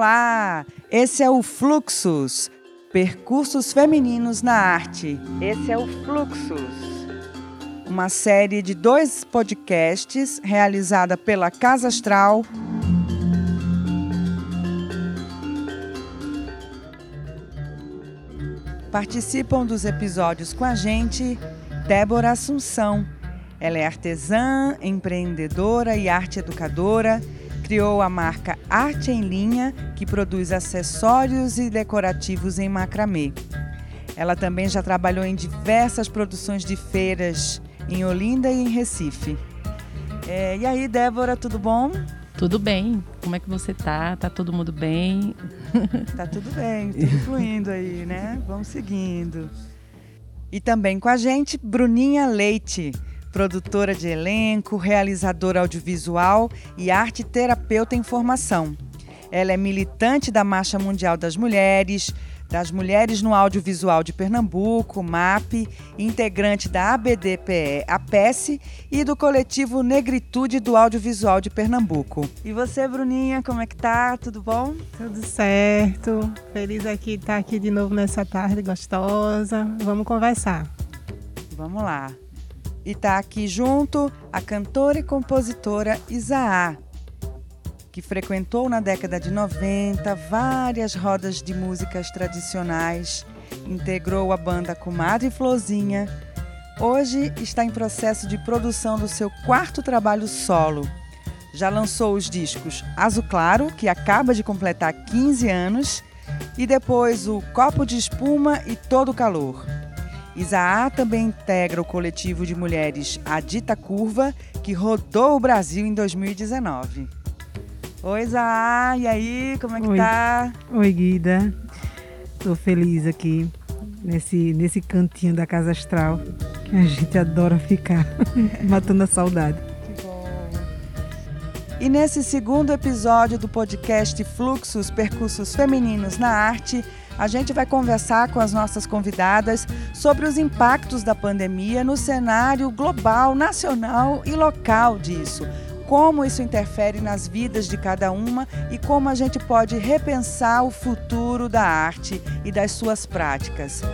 Olá! Esse é o Fluxus, Percursos Femininos na Arte. Esse é o Fluxus, uma série de 2 podcasts realizada pela Casa Astral. Participam dos episódios com a gente Débora Assunção. Ela é artesã, empreendedora e arte educadora. Criou a marca Arte em Linha, que produz acessórios e decorativos em macramê. Ela também já trabalhou em diversas produções de feiras em Olinda e em Recife. E aí, Débora, tudo bom? Tudo bem. Como é que você tá? Tá todo mundo bem? Tá tudo bem, tudo fluindo aí, né? Vamos seguindo. E também com a gente, Bruninha Leite, produtora de elenco, realizadora audiovisual e arte terapeuta em formação. Ela é militante da Marcha Mundial das Mulheres no Audiovisual de Pernambuco, MAP, integrante da ABDPE, APES, e do coletivo Negritude do Audiovisual de Pernambuco. E você, Bruninha, como é que tá? Tudo bom? Tudo certo. Feliz aqui estar aqui de novo nessa tarde gostosa. Vamos conversar. Vamos lá. E tá aqui junto a cantora e compositora Isaá, que frequentou na década de 90 várias rodas de músicas tradicionais, integrou a banda Comadre Florzinha. Hoje está em processo de produção do seu 4º trabalho solo. Já lançou os discos Azul Claro, que acaba de completar 15 anos, e depois o Copo de Espuma e Todo Calor. Isaá também integra o coletivo de mulheres A Dita Curva, que rodou o Brasil em 2019. Oi, Isaá, e aí, como é que tá? Oi, Guida. Tô feliz aqui nesse cantinho da Casa Astral, que a gente adora ficar, matando a saudade. Que bom. E nesse 2º episódio do podcast Fluxus, Percursos Femininos na Arte, a gente vai conversar com as nossas convidadas sobre os impactos da pandemia no cenário global, nacional e local disso. Como isso interfere nas vidas de cada uma e como a gente pode repensar o futuro da arte e das suas práticas.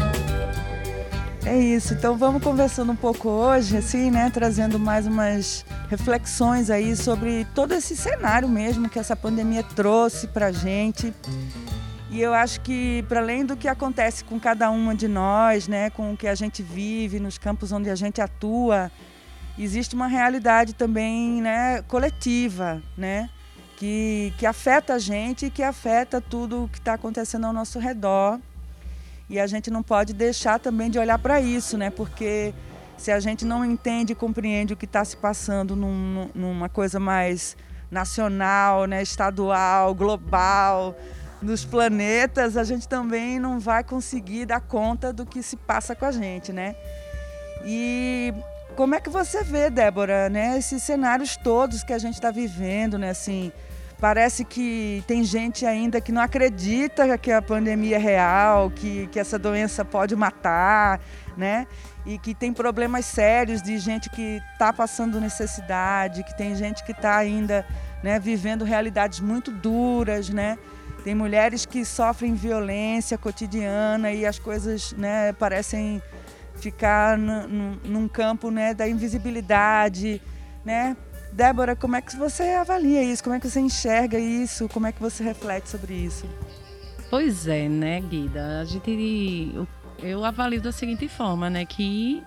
É isso, então vamos conversando um pouco hoje, assim, né, trazendo mais umas reflexões aí sobre todo esse cenário mesmo que essa pandemia trouxe pra gente. E eu acho que, para além do que acontece com cada uma de nós, né, com o que a gente vive nos campos onde a gente atua, existe uma realidade também, né, coletiva, né, que afeta a gente e que afeta tudo o que está acontecendo ao nosso redor. E a gente não pode deixar também de olhar para isso, né, porque se a gente não entende e compreende o que está se passando numa coisa mais nacional, né, estadual, global, nos planetas, a gente também não vai conseguir dar conta do que se passa com a gente, né? E como é que você vê, Débora, né, esses cenários todos que a gente está vivendo, né? Assim, parece que tem gente ainda que não acredita que a pandemia é real, que essa doença pode matar, né? E que tem problemas sérios de gente que está passando necessidade, que tem gente que está ainda, né, vivendo realidades muito duras, né? Tem mulheres que sofrem violência cotidiana e as coisas, né, parecem ficar num campo, né, da invisibilidade, né? Débora, como é que você avalia isso? Como é que você enxerga isso? Como é que você reflete sobre isso? Pois é, né, Guida? Eu avalio da seguinte forma, né, que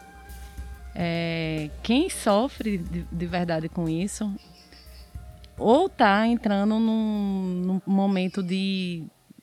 quem sofre de verdade com isso ou está entrando num momento de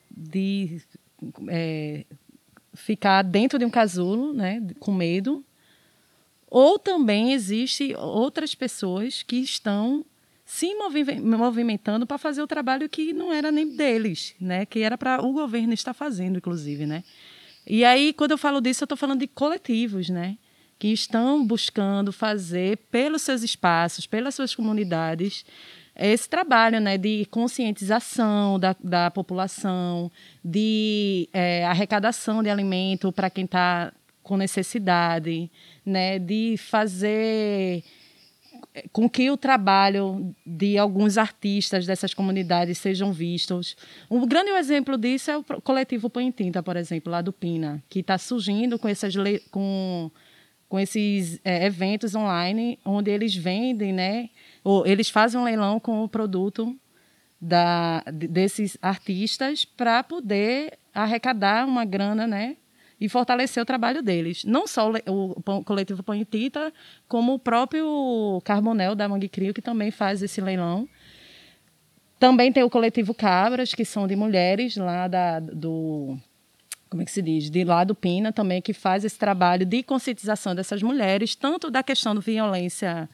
ficar dentro de um casulo, né, com medo, ou também existe outras pessoas que estão se movimentando para fazer o trabalho que não era nem deles, né, que era para o governo estar fazendo, inclusive, né. E aí, quando eu falo disso, eu estou falando de coletivos, né, que estão buscando fazer pelos seus espaços, pelas suas comunidades, esse trabalho, né, de conscientização da população, de arrecadação de alimento para quem está com necessidade, né, de fazer com que o trabalho de alguns artistas dessas comunidades sejam vistos. Um grande exemplo disso é o coletivo Põe em Tinta, por exemplo, lá do Pina, que está surgindo com esses eventos online, onde eles vendem, né, ou eles fazem um leilão com o produto desses artistas para poder arrecadar uma grana, né, e fortalecer o trabalho deles. Não só o coletivo Põe em Tinta, como o próprio Carbonel da Mangue Crio, que também faz esse leilão. Também tem o coletivo Cabras, que são de mulheres lá como é que se diz? De lá do Pina também, que faz esse trabalho de conscientização dessas mulheres, tanto da questão da violência,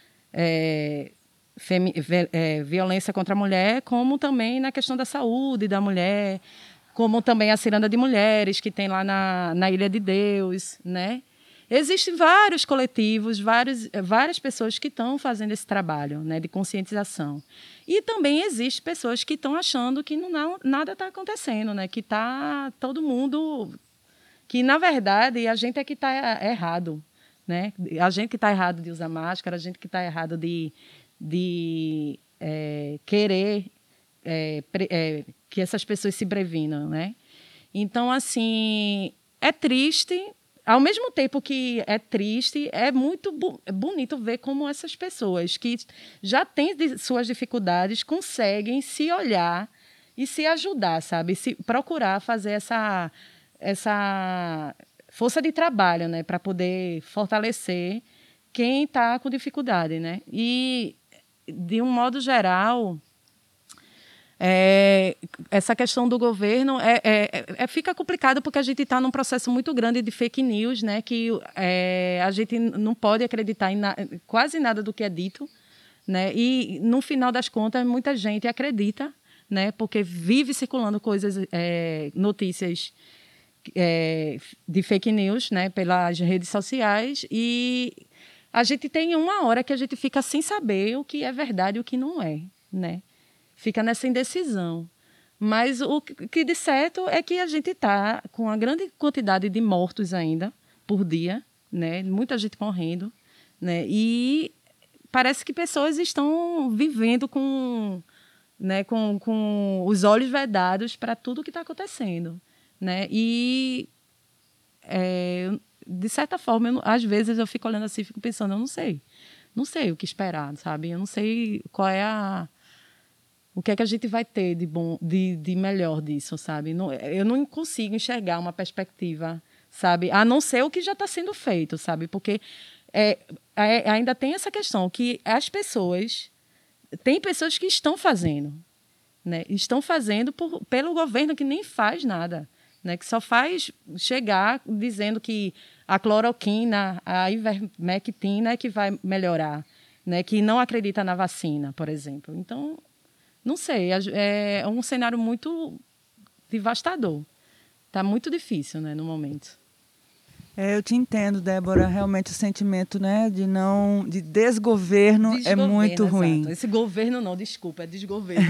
violência contra a mulher, como também na questão da saúde da mulher, como também a Ciranda de Mulheres, que tem lá na Ilha de Deus, né? Existem vários coletivos, várias pessoas que estão fazendo esse trabalho, né, de conscientização. E também existem pessoas que estão achando que nada está acontecendo, né, que está todo mundo... Que, na verdade, a gente é que está errado, né? A gente que está errado de usar máscara, a gente que está errado de querer... que essas pessoas se previnam, né? Então, assim, é triste. Ao mesmo tempo que é triste, é muito bonito ver como essas pessoas que já têm suas dificuldades conseguem se olhar e se ajudar, sabe? Se procurar fazer essa força de trabalho, né? Para poder fortalecer quem está com dificuldade, né? E, de um modo geral... essa questão do governo fica complicado porque a gente está num processo muito grande de fake news, né, que a gente não pode acreditar em quase nada do que é dito, né, e no final das contas muita gente acredita, né, porque vive circulando notícias de fake news, né, pelas redes sociais, e a gente tem uma hora que a gente fica sem saber o que é verdade e o que não é, né. Fica nessa indecisão. Mas o que de certo é que a gente está com uma grande quantidade de mortos ainda por dia, né? Muita gente morrendo, né? E parece que pessoas estão vivendo com os olhos vedados para tudo o que está acontecendo, né? E, de certa forma, às vezes eu fico olhando assim e fico pensando, eu não sei o que esperar, sabe? Eu não sei qual é o que é que a gente vai ter de bom, de melhor disso, sabe? Eu não consigo enxergar uma perspectiva, sabe? A não ser o que já está sendo feito, sabe? Porque ainda tem essa questão que tem pessoas que estão fazendo, né? Estão fazendo pelo governo que nem faz nada, né? Que só faz chegar dizendo que a cloroquina, a ivermectina é que vai melhorar, né? Que não acredita na vacina, por exemplo. Então... Não sei, é um cenário muito devastador. Está muito difícil, né, no momento. Eu te entendo, Débora. Realmente o sentimento, né, de desgoverno é muito ruim. Exato. Esse governo não, desculpa, é desgoverno.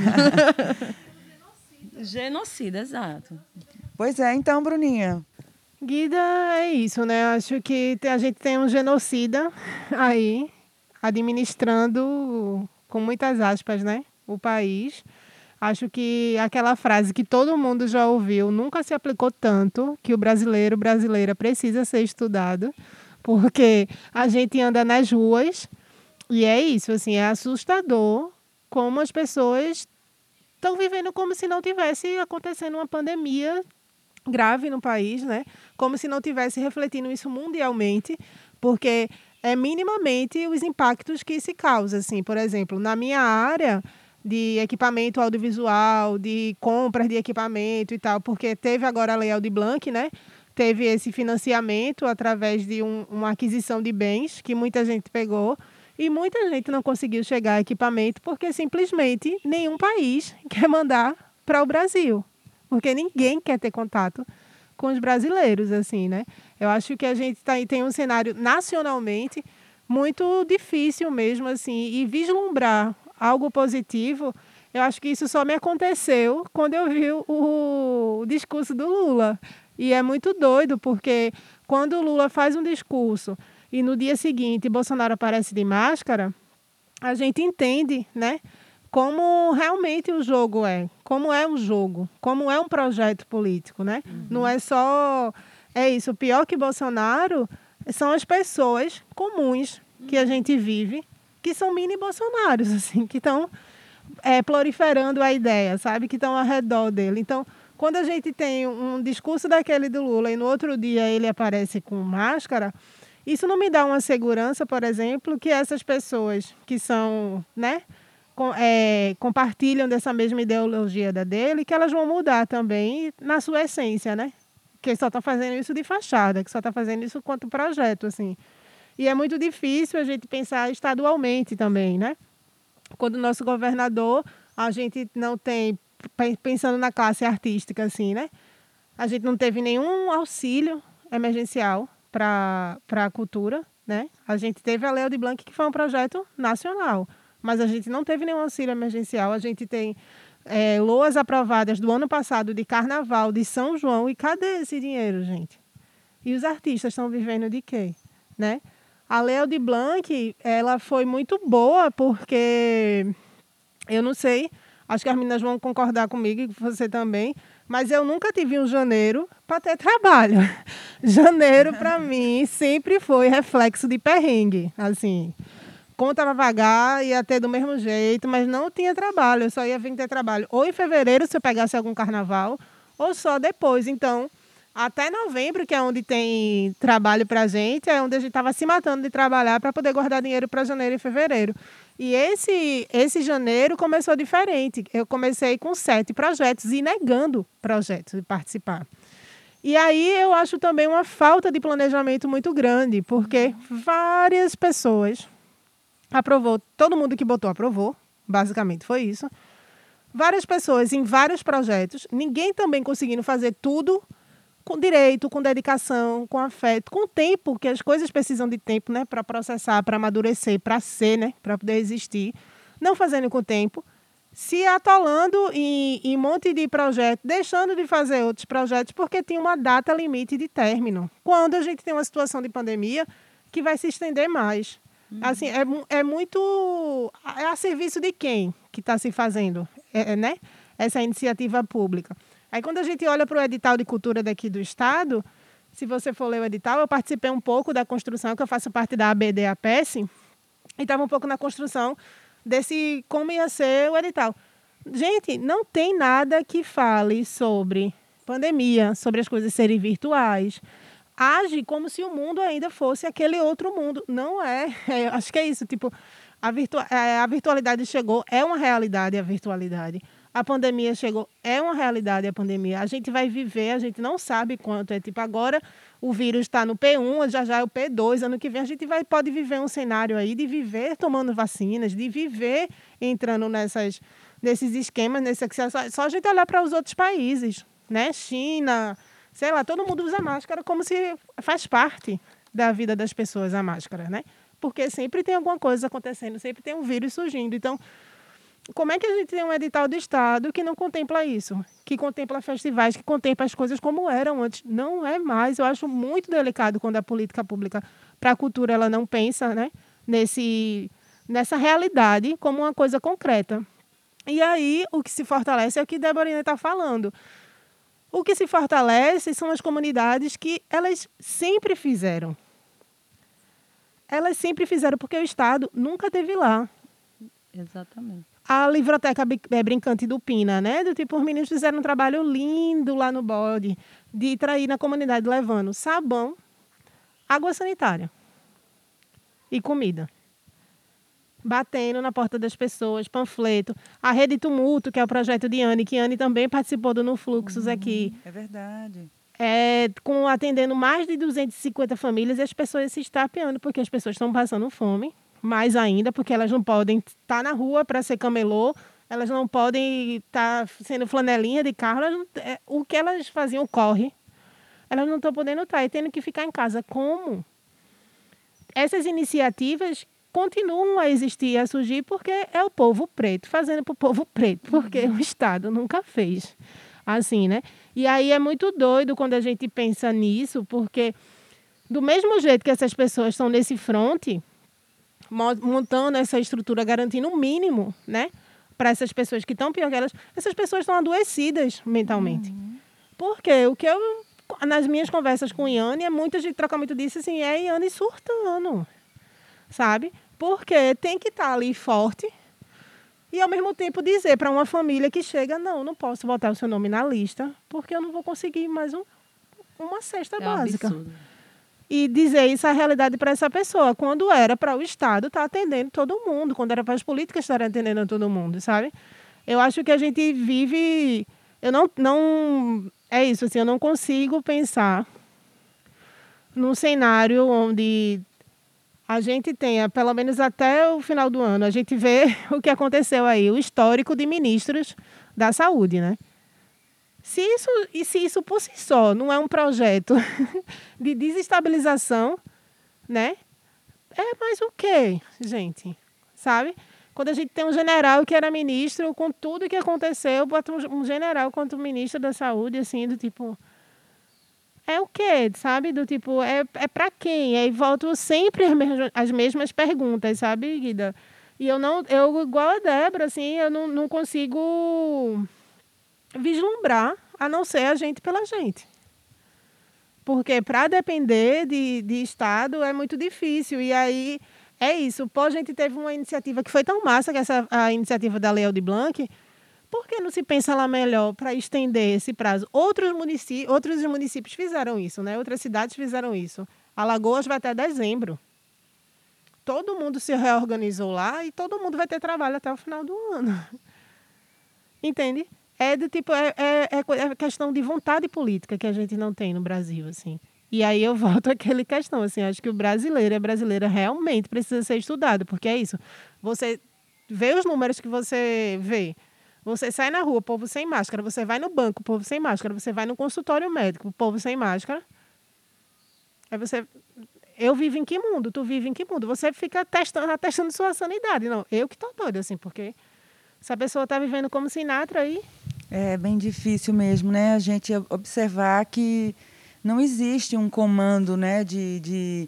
Genocida, exato. Pois é, então, Bruninha. Guida, é isso, né? Acho que a gente tem um genocida aí, administrando, com muitas aspas, né, o país. Acho que aquela frase que todo mundo já ouviu nunca se aplicou tanto, que o brasileira precisa ser estudado, porque a gente anda nas ruas e é isso, assim, é assustador como as pessoas estão vivendo como se não tivesse acontecendo uma pandemia grave no país, né? Como se não tivesse refletindo isso mundialmente, porque é minimamente os impactos que se causa, assim, por exemplo, na minha área de equipamento audiovisual, de compras de equipamento e tal, porque teve agora a Lei Aldir Blanc, né? Teve esse financiamento através de uma aquisição de bens que muita gente pegou e muita gente não conseguiu chegar a equipamento porque simplesmente nenhum país quer mandar para o Brasil, porque ninguém quer ter contato com os brasileiros, assim, né? Eu acho que a gente tem um cenário nacionalmente muito difícil mesmo, assim, e vislumbrar algo positivo, eu acho que isso só me aconteceu quando eu vi o discurso do Lula. E é muito doido, porque quando o Lula faz um discurso e no dia seguinte Bolsonaro aparece de máscara, a gente entende, né, como realmente o jogo é, como é um jogo, como é um projeto político, né? Não é só... É isso, o pior que Bolsonaro são as pessoas comuns que a gente vive, que são mini Bolsonaros, assim, que estão proliferando a ideia, sabe? Que estão ao redor dele. Então, quando a gente tem um discurso daquele do Lula e no outro dia ele aparece com máscara, isso não me dá uma segurança, por exemplo, que essas pessoas que são, né, compartilham dessa mesma ideologia da dele, que elas vão mudar também na sua essência, né? Que só está fazendo isso de fachada, que só está fazendo isso quanto projeto, assim. E é muito difícil a gente pensar estadualmente também, né? Quando o nosso governador, a gente não tem, pensando na classe artística, assim, né? A gente não teve nenhum auxílio emergencial para a cultura, né? A gente teve a Lei Aldir Blanc, que foi um projeto nacional, mas a gente não teve nenhum auxílio emergencial. A gente tem loas aprovadas do ano passado de Carnaval, de São João, e cadê esse dinheiro, gente? E os artistas estão vivendo de quê, né? A Lei Aldir Blanc, ela foi muito boa porque, eu não sei, acho que as meninas vão concordar comigo e você também, mas eu nunca tive um janeiro para ter trabalho. Janeiro, para mim, sempre foi reflexo de perrengue, assim. Conta para pagar, ia ter do mesmo jeito, mas não tinha trabalho, eu só ia vir ter trabalho ou em fevereiro, se eu pegasse algum carnaval, ou só depois. Então, até novembro, que é onde tem trabalho para a gente, é onde a gente estava se matando de trabalhar para poder guardar dinheiro para janeiro e fevereiro. E esse janeiro começou diferente. Eu comecei com 7 projetos e negando projetos de participar. E aí eu acho também uma falta de planejamento muito grande, porque várias pessoas aprovou, todo mundo que botou aprovou, basicamente foi isso. Várias pessoas em vários projetos, ninguém também conseguindo fazer tudo com direito, com dedicação, com afeto, com tempo, que as coisas precisam de tempo, né, para processar, para amadurecer, para ser, né, para poder existir. Não fazendo com tempo, se atolando em um monte de projetos, deixando de fazer outros projetos porque tinha uma data limite de término. Quando a gente tem uma situação de pandemia que vai se estender mais. Assim, é muito... É a serviço de quem que está se fazendo, né, essa iniciativa pública. Aí, quando a gente olha para o edital de cultura daqui do Estado, se você for ler o edital, eu participei um pouco da construção, que eu faço parte da ABD-APES, e estava um pouco na construção desse como ia ser o edital. Gente, não tem nada que fale sobre pandemia, sobre as coisas serem virtuais. Age como se o mundo ainda fosse aquele outro mundo. Não é. Acho que é isso. Tipo, a virtualidade chegou, é uma realidade a virtualidade. A pandemia chegou, é uma realidade a pandemia. A gente vai viver, a gente não sabe quanto. É tipo, agora o vírus está no P1, já é o P2. Ano que vem a gente pode viver um cenário aí de viver tomando vacinas, de viver entrando nesses esquemas. Só a gente olhar para os outros países, né? China, sei lá, todo mundo usa máscara como se faz parte da vida das pessoas a máscara, né? Porque sempre tem alguma coisa acontecendo, sempre tem um vírus surgindo. Então, como é que a gente tem um edital do Estado que não contempla isso? Que contempla festivais, que contempla as coisas como eram antes? Não é mais. Eu acho muito delicado quando a política pública para a cultura ela não pensa, né, nessa realidade como uma coisa concreta. E aí o que se fortalece é o que Deborina está falando. O que se fortalece são as comunidades que elas sempre fizeram. Elas sempre fizeram porque o Estado nunca esteve lá. Exatamente. A livroteca brincante do Pina, né? Do tipo, os meninos fizeram um trabalho lindo lá no bode, de trair na comunidade, levando sabão, água sanitária e comida. Batendo na porta das pessoas, panfleto. A Rede Tumulto, que é o projeto de Anne, que Anne também participou do No Fluxos aqui. É verdade. Atendendo mais de 250 famílias e as pessoas se estapeando, porque as pessoas estão passando fome. Mais ainda, porque elas não podem estar na rua para ser camelô, elas não podem estar sendo flanelinha de carro, o que elas faziam corre, elas não estão podendo estar e tendo que ficar em casa. Como? Essas iniciativas continuam a existir e a surgir porque é o povo preto fazendo para o povo preto, porque o Estado nunca fez assim, né? E aí é muito doido quando a gente pensa nisso, porque do mesmo jeito que essas pessoas estão nesse fronte, montando essa estrutura, garantindo o mínimo, né? Para essas pessoas que estão pior que elas. Essas pessoas estão adoecidas mentalmente. Porque o que eu, nas minhas conversas com Iane, muita gente troca muito disso, assim, é Iane surtando, sabe? Porque tem que estar ali forte e, ao mesmo tempo, dizer para uma família que chega, não posso botar o seu nome na lista, porque eu não vou conseguir mais uma cesta básica. Absurdo. E dizer isso a realidade para essa pessoa, quando era para o Estado estar atendendo todo mundo, quando era para as políticas estarem atendendo todo mundo, sabe? Eu acho que a gente vive... Eu não é isso, assim, eu não consigo pensar num cenário onde a gente tenha, pelo menos até o final do ano, a gente vê o que aconteceu aí, o histórico de ministros da saúde, né? Se isso por si só não é um projeto de desestabilização, né? É mais o quê, gente? Sabe? Quando a gente tem um general que era ministro, com tudo que aconteceu, bota um general quanto ministro da saúde, assim, do tipo... É o quê, sabe? Do tipo, é para quem? Aí volto sempre as mesmas perguntas, sabe, Guida? E eu, igual a Débora, assim, eu não consigo vislumbrar, a não ser a gente pela gente. Porque para depender de Estado é muito difícil. E aí é isso. Pô, a gente teve uma iniciativa que foi tão massa, que a iniciativa da Lei Aldir Blanc. Por que não se pensa lá melhor para estender esse prazo? Outros municípios fizeram isso, né? Outras cidades fizeram isso. Alagoas vai até dezembro. Todo mundo se reorganizou lá e todo mundo vai ter trabalho até o final do ano. Entende? É questão de vontade política que a gente não tem no Brasil, assim. E aí eu volto àquela questão, assim, acho que o brasileiro e a brasileira realmente precisa ser estudado, porque é isso. Você vê os números que você vê. Você sai na rua, povo sem máscara. Você vai no banco, povo sem máscara. Você vai no consultório médico, povo sem máscara. Aí você... Eu vivo em que mundo? Tu vive em que mundo? Você fica atestando sua sanidade. Não, eu que tô doida, assim, porque essa pessoa tá vivendo como Sinatra aí. É bem difícil mesmo, né? A gente observar que não existe um comando, né, de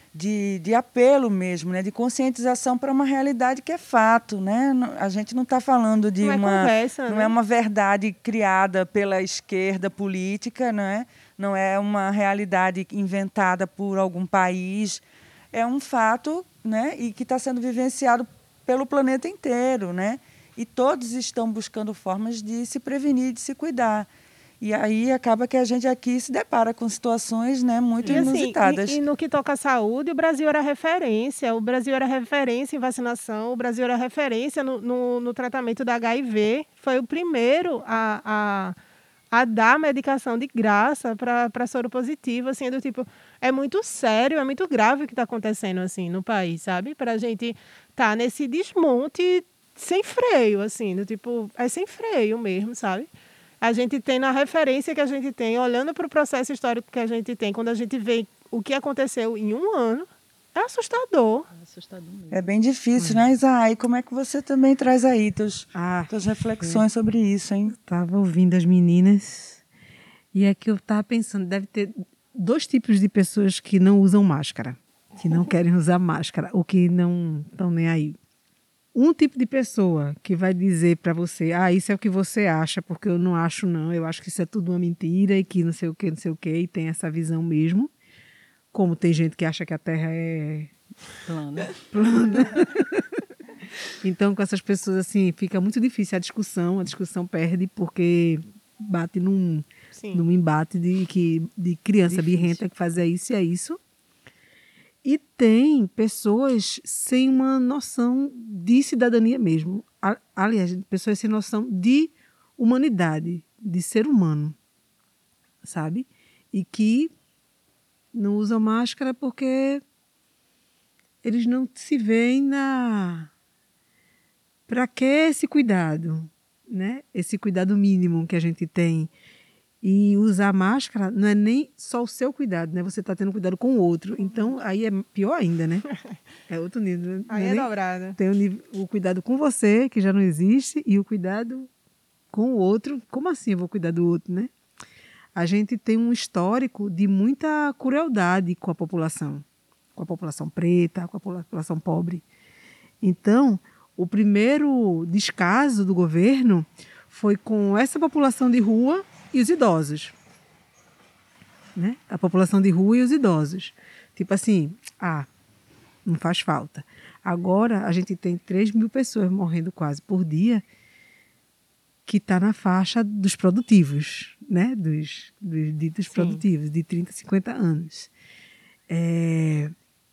apelo mesmo, né, de conscientização para uma realidade que é fato, né? A gente não está falando de não é uma verdade criada pela esquerda política, né? Não é uma realidade inventada por algum país, é um fato, né? E que está sendo vivenciado pelo planeta inteiro, né? E todos estão buscando formas de se prevenir, de se cuidar. E aí acaba que a gente aqui se depara com situações, né, muito inusitadas. E no que toca à saúde, o Brasil era referência. O Brasil era referência em vacinação, o Brasil era referência no tratamento da HIV. Foi o primeiro a dar medicação de graça para soro positivo, assim, do tipo... É muito sério, é muito grave o que está acontecendo, assim, no país, sabe? Para a gente estar nesse desmonte sem freio, assim, do tipo... É sem freio mesmo, sabe? A gente tem na referência que a gente tem, olhando para o processo histórico que a gente tem, quando a gente vê o que aconteceu em um ano, é assustador. É assustador mesmo. É bem difícil, né, Isa? E como é que você também traz aí tuas reflexões sobre isso, hein? Estava ouvindo as meninas e é que eu estava pensando, deve ter 2 tipos de pessoas que não usam máscara, que não querem usar máscara, ou que não estão nem aí. Um tipo de pessoa que vai dizer para você, isso é o que você acha, porque eu não acho não, eu acho que isso é tudo uma mentira e que não sei o que, e tem essa visão mesmo. Como tem gente que acha que a Terra é plana. Então, com essas pessoas, assim, fica muito difícil a discussão perde porque bate num embate de criança birrenta que fazia isso e é isso. E tem pessoas sem uma noção de cidadania mesmo. Aliás, pessoas sem noção de humanidade, de ser humano, sabe? E que não usam máscara porque eles não se veem para que esse cuidado, né? Esse cuidado mínimo que a gente tem. E usar máscara não é nem só o seu cuidado, né? Você está tendo cuidado com o outro. Então, aí é pior ainda, né? É outro nível. Né? Aí é dobrado. Tem o cuidado com você, que já não existe, e o cuidado com o outro. Como assim eu vou cuidar do outro, né? A gente tem um histórico de muita crueldade com a população. com a população preta, com a população pobre. Então, o primeiro descaso do governo foi com essa população de rua e os idosos. Né? A população de rua e os idosos. Tipo assim, não faz falta. Agora, a gente tem 3.000 pessoas morrendo quase por dia, que está na faixa dos produtivos, né? Dos ditos produtivos, de 30, 50 anos. É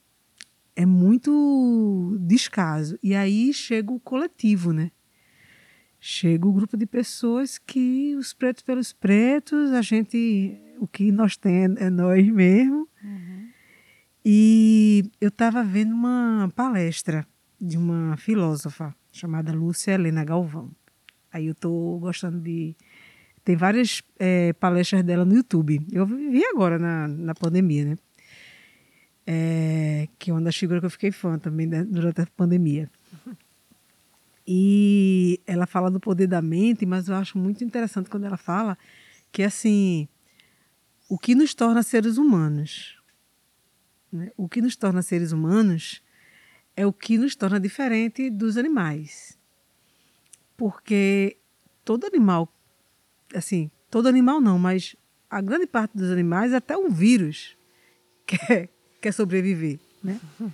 muito descaso. E aí chega o coletivo, né? Chega o grupo de pessoas que, os pretos pelos pretos, o que nós temos é nós mesmos. Uhum. E eu estava vendo uma palestra de uma filósofa chamada Lúcia Helena Galvão. Aí eu estou gostando de... Tem várias palestras dela no YouTube. Eu vi agora na pandemia, né? Que é uma das figuras que eu fiquei fã também durante a pandemia. E ela fala do poder da mente, mas eu acho muito interessante quando ela fala que, assim, o que nos torna seres humanos, né? O que nos torna seres humanos é o que nos torna diferente dos animais. Porque todo animal, assim, todo animal não, mas a grande parte dos animais, até um vírus, quer sobreviver, né?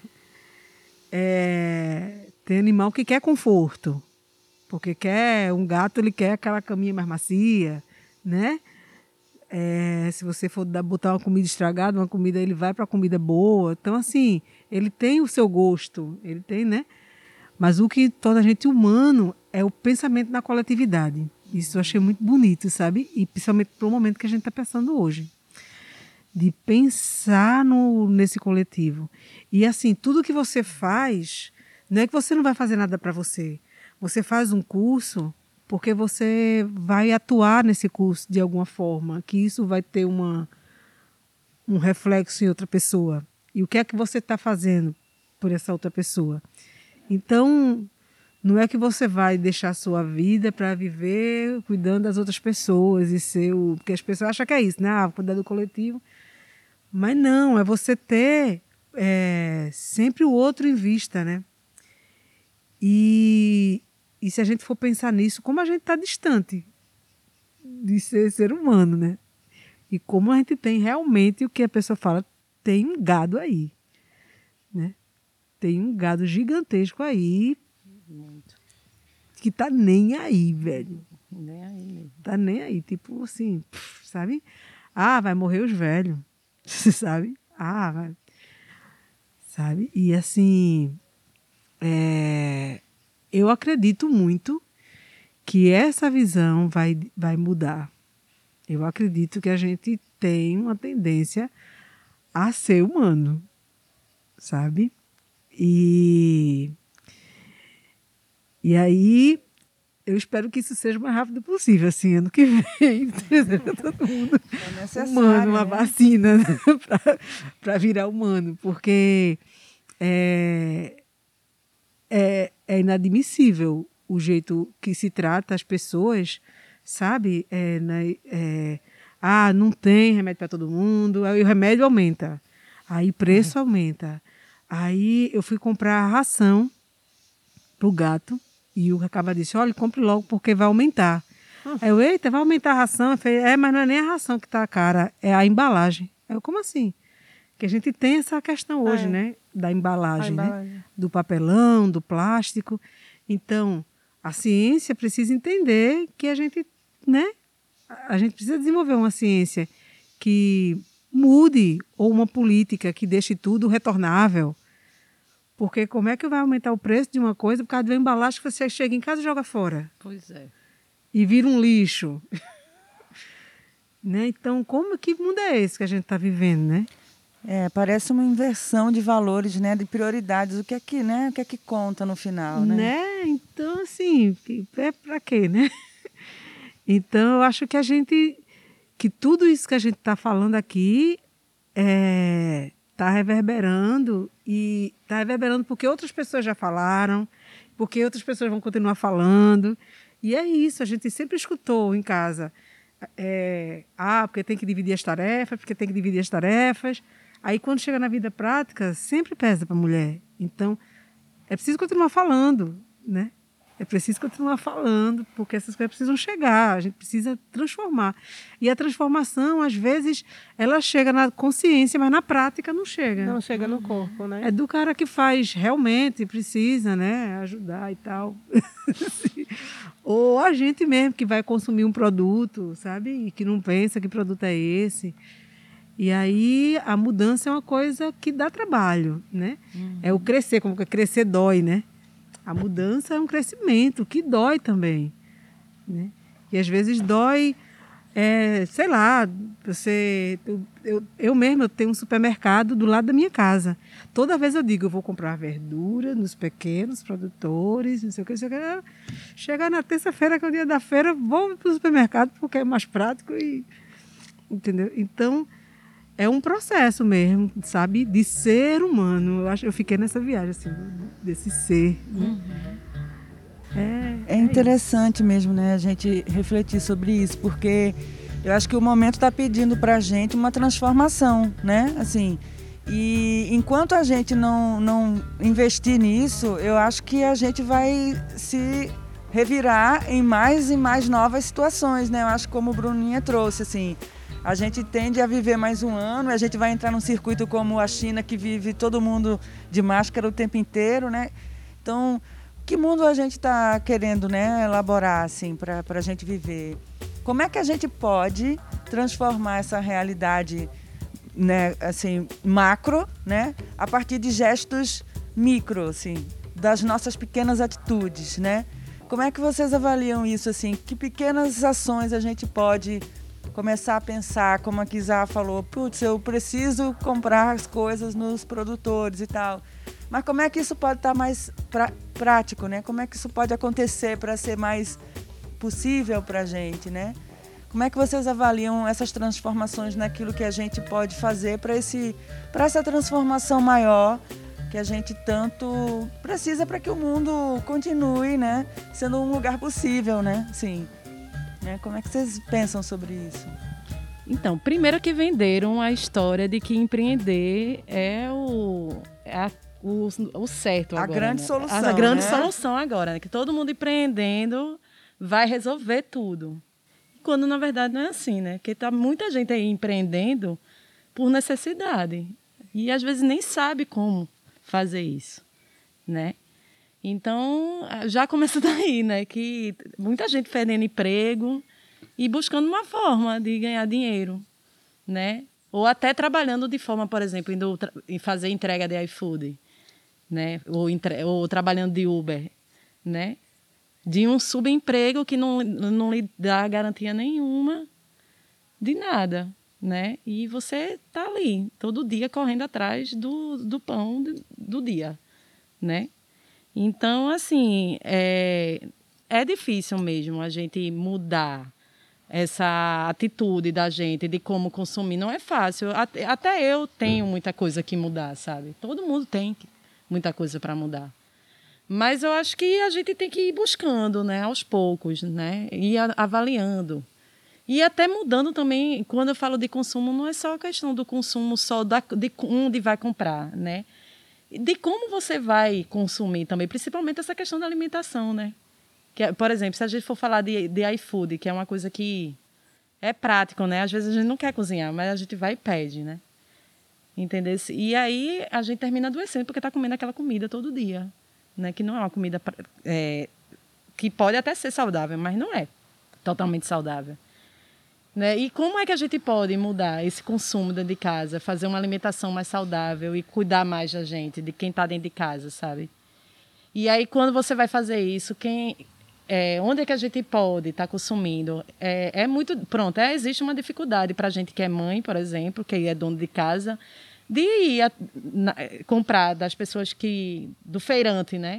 Tem animal que quer conforto, porque quer um gato, ele quer aquela caminha mais macia, né? Se você for botar uma comida estragada, uma comida, ele vai para a comida boa. Então, assim, ele tem o seu gosto, ele tem, né? Mas o que torna a gente humano é o pensamento na coletividade. Isso eu achei muito bonito, sabe? E principalmente para o momento que a gente está passando hoje. De pensar nesse coletivo. E assim, tudo que você faz, não é que você não vai fazer nada para você. Você faz um curso porque você vai atuar nesse curso de alguma forma, que isso vai ter um reflexo em outra pessoa. E o que é que você está fazendo por essa outra pessoa? Então, não é que você vai deixar a sua vida para viver cuidando das outras pessoas e ser porque as pessoas acham que é isso, né? Cuidar do coletivo. Mas não, é você ter sempre o outro em vista, né? E se a gente for pensar nisso, como a gente está distante de ser humano, né? E como a gente tem realmente o que a pessoa fala, tem um gado aí, né? Tem um gado gigantesco aí. Muito. Que tá nem aí, velho. Nem aí mesmo. Tá nem aí, tipo assim, sabe? Vai morrer os velhos, sabe? Vai. Sabe? E assim, eu acredito muito que essa visão vai mudar. Eu acredito que a gente tem uma tendência a ser humano, sabe? E aí, eu espero que isso seja o mais rápido possível, assim, ano que vem, todo mundo humano, uma vacina, né? para virar humano, porque é inadmissível o jeito que se trata as pessoas, sabe? Não tem remédio para todo mundo, aí o remédio aumenta, aí o preço aumenta. Aí eu fui comprar a ração para o gato e o Recaba disse, olha, compre logo porque vai aumentar. Aí eu, eita, vai aumentar a ração? Eu falei, mas não é nem a ração que está cara, é a embalagem. Aí eu, como assim? Que a gente tem essa questão hoje, né? Da embalagem, né? Do papelão, do plástico. Então, a ciência precisa entender que a gente, né? A gente precisa desenvolver uma ciência que mude, ou uma política que deixe tudo retornável. Porque como é que vai aumentar o preço de uma coisa por causa de uma embalagem que você chega em casa e joga fora? Pois é. E vira um lixo. Né? Então, que mundo é esse que a gente está vivendo, né? Parece uma inversão de valores, né? De prioridades. O que é que conta no final, né? Então, assim, é para quê, né? Então, eu acho que tudo isso que a gente está falando aqui está reverberando, e está reverberando porque outras pessoas já falaram, porque outras pessoas vão continuar falando. E é isso, a gente sempre escutou em casa. Porque tem que dividir as tarefas, Aí, quando chega na vida prática, sempre pesa para a mulher. Então, é preciso continuar falando, né? É preciso continuar falando, porque essas coisas precisam chegar, a gente precisa transformar. E a transformação, às vezes, ela chega na consciência, mas na prática não chega. Não chega no corpo, né? É do cara que faz realmente, precisa, né? Ajudar e tal. Ou a gente mesmo que vai consumir um produto, sabe? E que não pensa que produto é esse. E aí a mudança é uma coisa que dá trabalho, né? É o crescer, como que crescer dói, né? A mudança é um crescimento que dói também, né? E às vezes dói, sei lá, eu mesma eu tenho um supermercado do lado da minha casa. Toda vez eu digo, eu vou comprar verdura nos pequenos produtores, não sei o que, não sei o que. Chegar na terça-feira, que é o dia da feira, vou para o supermercado porque é mais prático e... Entendeu? Então, é um processo mesmo, sabe? De ser humano. Eu fiquei nessa viagem, assim, desse ser. Né? É interessante mesmo, né? A gente refletir sobre isso, porque eu acho que o momento está pedindo para a gente uma transformação, né? Assim, e enquanto a gente não investir nisso, eu acho que a gente vai se revirar em mais e mais novas situações, né? Eu acho que como o Bruninha trouxe, assim... A gente tende a viver mais um ano, a gente vai entrar num circuito como a China, que vive todo mundo de máscara o tempo inteiro, né? Então, que mundo a gente está querendo, né, elaborar assim, para a gente viver? Como é que a gente pode transformar essa realidade, né, assim, macro, né, a partir de gestos micro, assim, das nossas pequenas atitudes, né? Como é que vocês avaliam isso, assim? Que pequenas ações a gente pode começar a pensar, como a Kizá falou, putz, eu preciso comprar as coisas nos produtores e tal. Mas como é que isso pode estar mais prático, né? Como é que isso pode acontecer para ser mais possível para a gente, né? Como é que vocês avaliam essas transformações naquilo que a gente pode fazer para essa transformação maior que a gente tanto precisa para que o mundo continue, né, sendo um lugar possível, né? Sim. Como é que vocês pensam sobre isso? Então, primeiro que venderam a história de que empreender é o certo agora. A grande solução. A grande solução agora, né? Que todo mundo empreendendo vai resolver tudo. Quando, na verdade, não é assim, né? Porque tá muita gente aí empreendendo por necessidade. E, às vezes, nem sabe como fazer isso, né? Então, já começa daí, né? Que muita gente perdendo emprego e buscando uma forma de ganhar dinheiro, né? Ou até trabalhando de forma, por exemplo, indo fazer entrega de iFood, né? Ou trabalhando de Uber, né? De um subemprego que não lhe dá garantia nenhuma de nada, né? E você tá ali, todo dia, correndo atrás do pão do dia, né? Então, assim, é difícil mesmo a gente mudar essa atitude da gente de como consumir. Não é fácil. Até eu tenho muita coisa que mudar, sabe? Todo mundo tem muita coisa para mudar. Mas eu acho que a gente tem que ir buscando, né, aos poucos, né? Ir avaliando. E até mudando também, quando eu falo de consumo, não é só a questão do consumo só de onde vai comprar, né? De como você vai consumir também, principalmente essa questão da alimentação, né? Que, por exemplo, se a gente for falar de iFood, que é uma coisa que é prático, né? Às vezes a gente não quer cozinhar, mas a gente vai e pede, né? Entendeu? E aí a gente termina adoecendo porque está comendo aquela comida todo dia, né? Que não é uma comida que pode até ser saudável, mas não é totalmente saudável. Né? E como é que a gente pode mudar esse consumo dentro de casa, fazer uma alimentação mais saudável e cuidar mais da gente, de quem está dentro de casa, sabe? E aí, quando você vai fazer isso, onde é que a gente pode estar consumindo? Pronto, existe uma dificuldade para a gente que é mãe, por exemplo, que é dono de casa, de ir comprar das pessoas do feirante, né?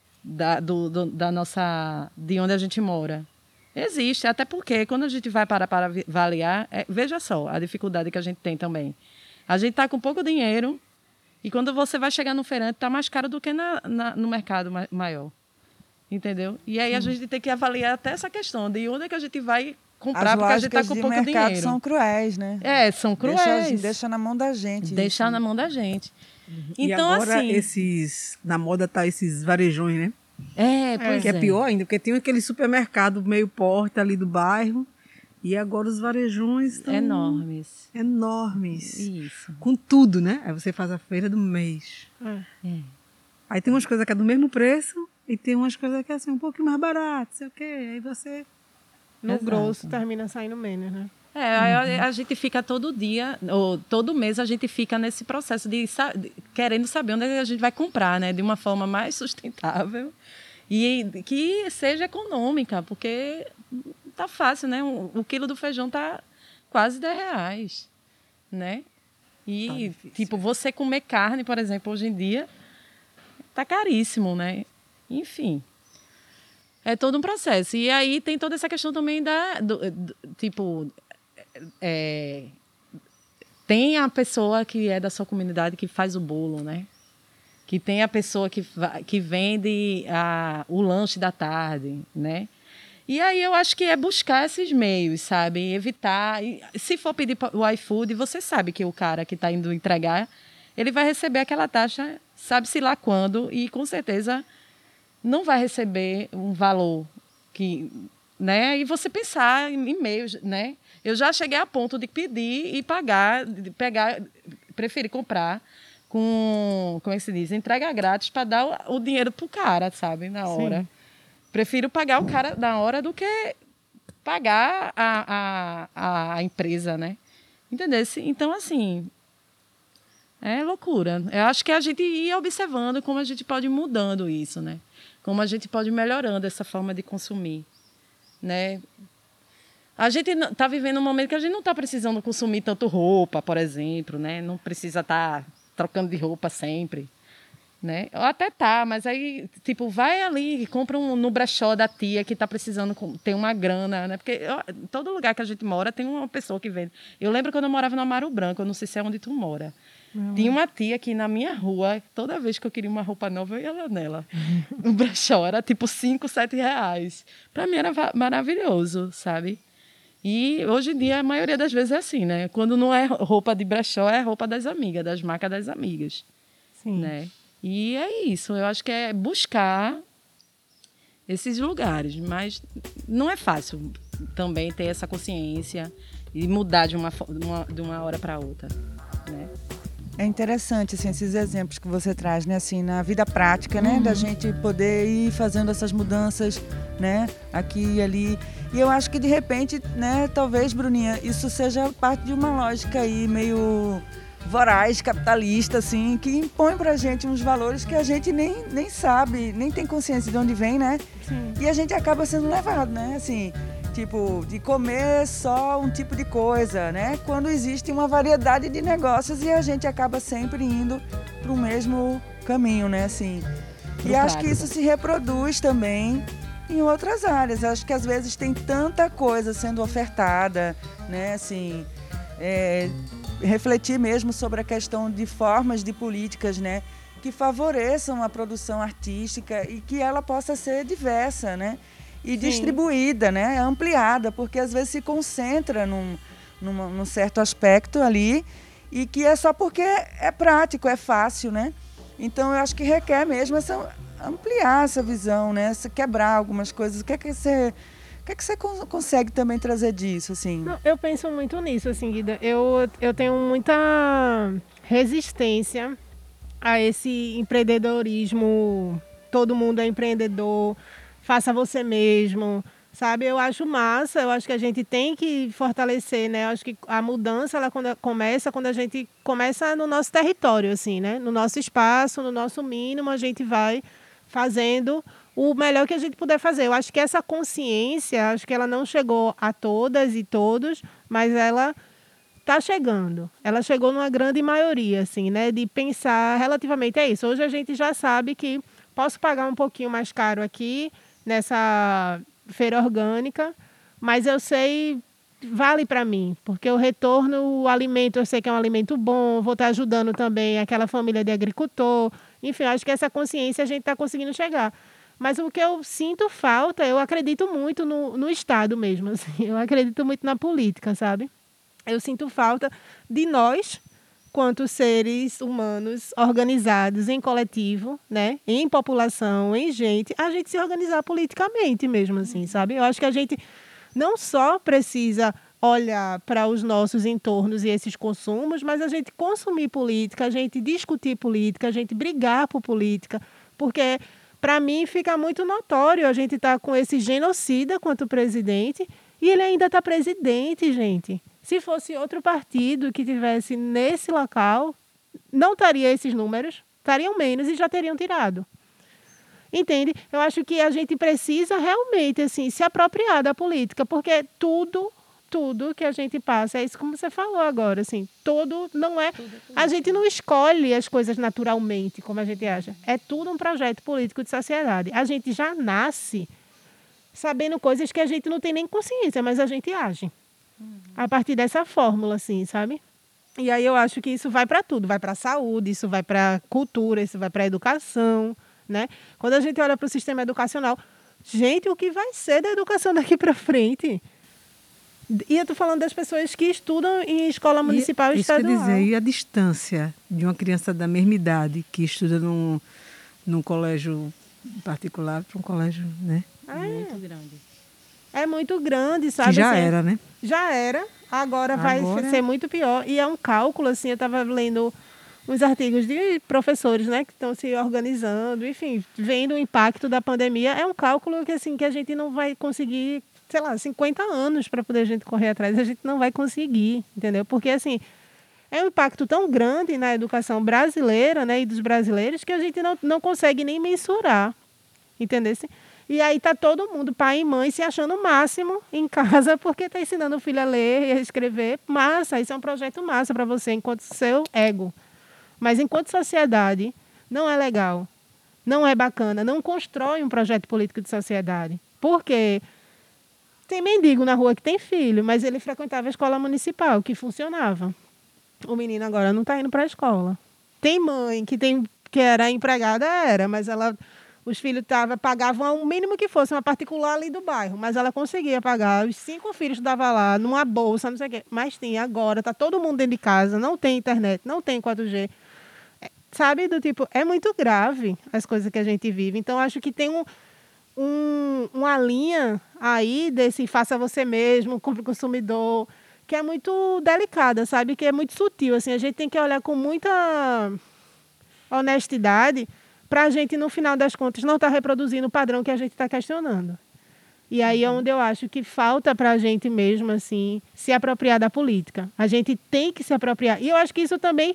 De onde a gente mora. Existe, até porque quando a gente vai para avaliar, veja só a dificuldade que a gente tem também. A gente está com pouco dinheiro e quando você vai chegar no feirante está mais caro do que no mercado maior. Entendeu? E aí a gente tem que avaliar até essa questão de onde é que a gente vai comprar porque a gente está com pouco dinheiro. As lógicas de mercado são cruéis, né? São cruéis. Deixa na mão da gente. Deixar na mão da gente. E então, agora, assim, na moda tá esses varejões, né? Pois que é pior ainda, porque tem aquele supermercado meio porta ali do bairro. E agora os varejões estão... Enormes. Isso. Com tudo, né? Aí você faz a feira do mês. Aí tem umas coisas que é do mesmo preço e tem umas coisas que é assim, um pouquinho mais barato, sei o quê. Aí você... No grosso termina saindo menos, né? A gente fica todo dia, ou todo mês, a gente fica nesse processo de querendo saber onde a gente vai comprar, né? De uma forma mais sustentável e que seja econômica, porque tá fácil, né? O quilo do feijão tá quase R$10, né? E, tipo, você comer carne, por exemplo, hoje em dia, tá caríssimo, né? Enfim. É todo um processo. E aí tem toda essa questão também tem a pessoa que é da sua comunidade que faz o bolo, né? Que tem a pessoa que vende o lanche da tarde, né? E aí eu acho que é buscar esses meios, sabe? Evitar... Se for pedir o iFood, você sabe que o cara que está indo entregar, ele vai receber aquela taxa, sabe-se lá quando, e com certeza não vai receber um valor que... né? E você pensar em meios, né? Eu já cheguei a ponto de pedir e pagar, preferir comprar com, como é que se diz? Entrega grátis para dar o dinheiro pro cara, sabe? Na hora. Sim. Prefiro pagar o cara na hora do que pagar a empresa, né? Entendeu? Então, assim, é loucura. Eu acho que a gente ia observando como a gente pode ir mudando isso, né? Como a gente pode ir melhorando essa forma de consumir, né? A gente está vivendo um momento que a gente não está precisando consumir tanto roupa, por exemplo, né? Não precisa estar trocando de roupa sempre, né? Ou até tá, mas aí, tipo, vai ali e compra no brechó da tia que está precisando ter uma grana, né? Porque em todo lugar que a gente mora tem uma pessoa que vende. Eu lembro quando eu morava no Amaro Branco, eu não sei se é onde tu mora. Tinha uma tia aqui na minha rua, toda vez que eu queria uma roupa nova, eu ia lá nela. O brechó era tipo 5, 7 reais. Para mim era maravilhoso, sabe? E hoje em dia a maioria das vezes é assim, né? Quando não é roupa de brechó, é roupa das amigas, das marcas das amigas. Sim. Né? E é isso, eu acho que é buscar esses lugares, mas não é fácil também ter essa consciência e mudar de uma hora para outra, né? É interessante assim, esses exemplos que você traz, né, assim, na vida prática, né, da gente poder ir fazendo essas mudanças, né, aqui e ali. E eu acho que de repente, né, talvez, Bruninha, isso seja parte de uma lógica aí meio voraz, capitalista, assim, que impõe pra gente uns valores que a gente nem sabe, nem tem consciência de onde vem, né? Sim. E a gente acaba sendo levado, né, assim, tipo, de comer só um tipo de coisa, né? Quando existe uma variedade de negócios e a gente acaba sempre indo para o mesmo caminho, né? Assim. E acho que isso se reproduz também em outras áreas. Acho que às vezes tem tanta coisa sendo ofertada, né? Assim, refletir mesmo sobre a questão de formas de políticas, né? Que favoreçam a produção artística e que ela possa ser diversa, né? E distribuída, né? Ampliada, porque às vezes se concentra num certo aspecto ali e que é só porque é prático, é fácil, né? Então eu acho que requer mesmo ampliar essa visão, né? Quebrar algumas coisas. O que é que você consegue também trazer disso, assim? Não, eu penso muito nisso, assim, Guida. Eu tenho muita resistência a esse empreendedorismo. Todo mundo é empreendedor. Faça você mesmo, sabe? Eu acho massa, eu acho que a gente tem que fortalecer, né? Eu acho que a mudança, ela quando a gente começa no nosso território, assim, né? No nosso espaço, no nosso mínimo, a gente vai fazendo o melhor que a gente puder fazer. Eu acho que essa consciência, acho que ela não chegou a todas e todos, mas ela está chegando. Ela chegou numa grande maioria, assim, né? De pensar relativamente a isso. Hoje a gente já sabe que posso pagar um pouquinho mais caro aqui, nessa feira orgânica, mas eu sei, vale para mim, porque eu retorno o alimento, eu sei que é um alimento bom, vou estar ajudando também aquela família de agricultor, enfim, acho que essa consciência a gente está conseguindo chegar. Mas o que eu sinto falta, eu acredito muito no Estado mesmo, assim. Eu acredito muito na política, sabe? Eu sinto falta de nós, quanto seres humanos organizados em coletivo, né? Em população, em gente, a gente se organizar politicamente mesmo, assim, sabe? Eu acho que a gente não só precisa olhar para os nossos entornos e esses consumos, mas a gente consumir política, a gente discutir política, a gente brigar por política, porque, para mim, fica muito notório a gente estar com esse genocida quanto presidente e ele ainda está presidente, gente. Se fosse outro partido que tivesse nesse local, não estaria esses números, estariam menos e já teriam tirado. Entende? Eu acho que a gente precisa realmente assim, se apropriar da política, porque tudo que a gente passa, é isso como você falou agora, assim, tudo não é... A gente não escolhe as coisas naturalmente, como a gente acha. É tudo um projeto político de sociedade. A gente já nasce sabendo coisas que a gente não tem nem consciência, mas a gente age. A partir dessa fórmula, assim, sabe? E aí eu acho que isso vai para tudo. Vai para a saúde, isso vai para a cultura, isso vai para a educação, né? Quando a gente olha para o sistema educacional, gente, o que vai ser da educação daqui para frente? E eu estou falando das pessoas que estudam em escola municipal e estadual. Isso quer dizer, e a distância de uma criança da mesma idade que estuda num colégio particular para um colégio, né? Muito grande. É muito grande, sabe? Que já assim, era, né? Já era, agora vai ser muito pior. E é um cálculo, assim, eu estava lendo uns artigos de professores, né, que estão se organizando, enfim, vendo o impacto da pandemia. É um cálculo que, assim, que a gente não vai conseguir, sei lá, 50 anos para poder a gente correr atrás, a gente não vai conseguir, entendeu? Porque, assim, é um impacto tão grande na educação brasileira, né, e dos brasileiros, que a gente não consegue nem mensurar, entendeu? E aí está todo mundo, pai e mãe, se achando o máximo em casa porque está ensinando o filho a ler e a escrever. Massa, isso é um projeto massa para você, enquanto seu ego. Mas enquanto sociedade, não é legal, não é bacana, não constrói um projeto político de sociedade. Porque tem mendigo na rua que tem filho, mas ele frequentava a escola municipal, que funcionava. O menino agora não está indo para a escola. Tem mãe que era empregada, mas ela... Os filhos pagavam o mínimo que fosse, uma particular ali do bairro, mas ela conseguia pagar. Os 5 filhos estavam lá, numa bolsa, não sei o quê. Mas tinha agora, está todo mundo dentro de casa, não tem internet, não tem 4G. Sabe, do tipo, é muito grave as coisas que a gente vive. Então, acho que tem uma linha aí desse faça você mesmo, compre consumidor, que é muito delicada, sabe? Que é muito sutil. Assim, a gente tem que olhar com muita honestidade para a gente, no final das contas, não estar reproduzindo o padrão que a gente está questionando. E aí é onde eu acho que falta para a gente mesmo, assim, se apropriar da política. A gente tem que se apropriar. E eu acho que isso também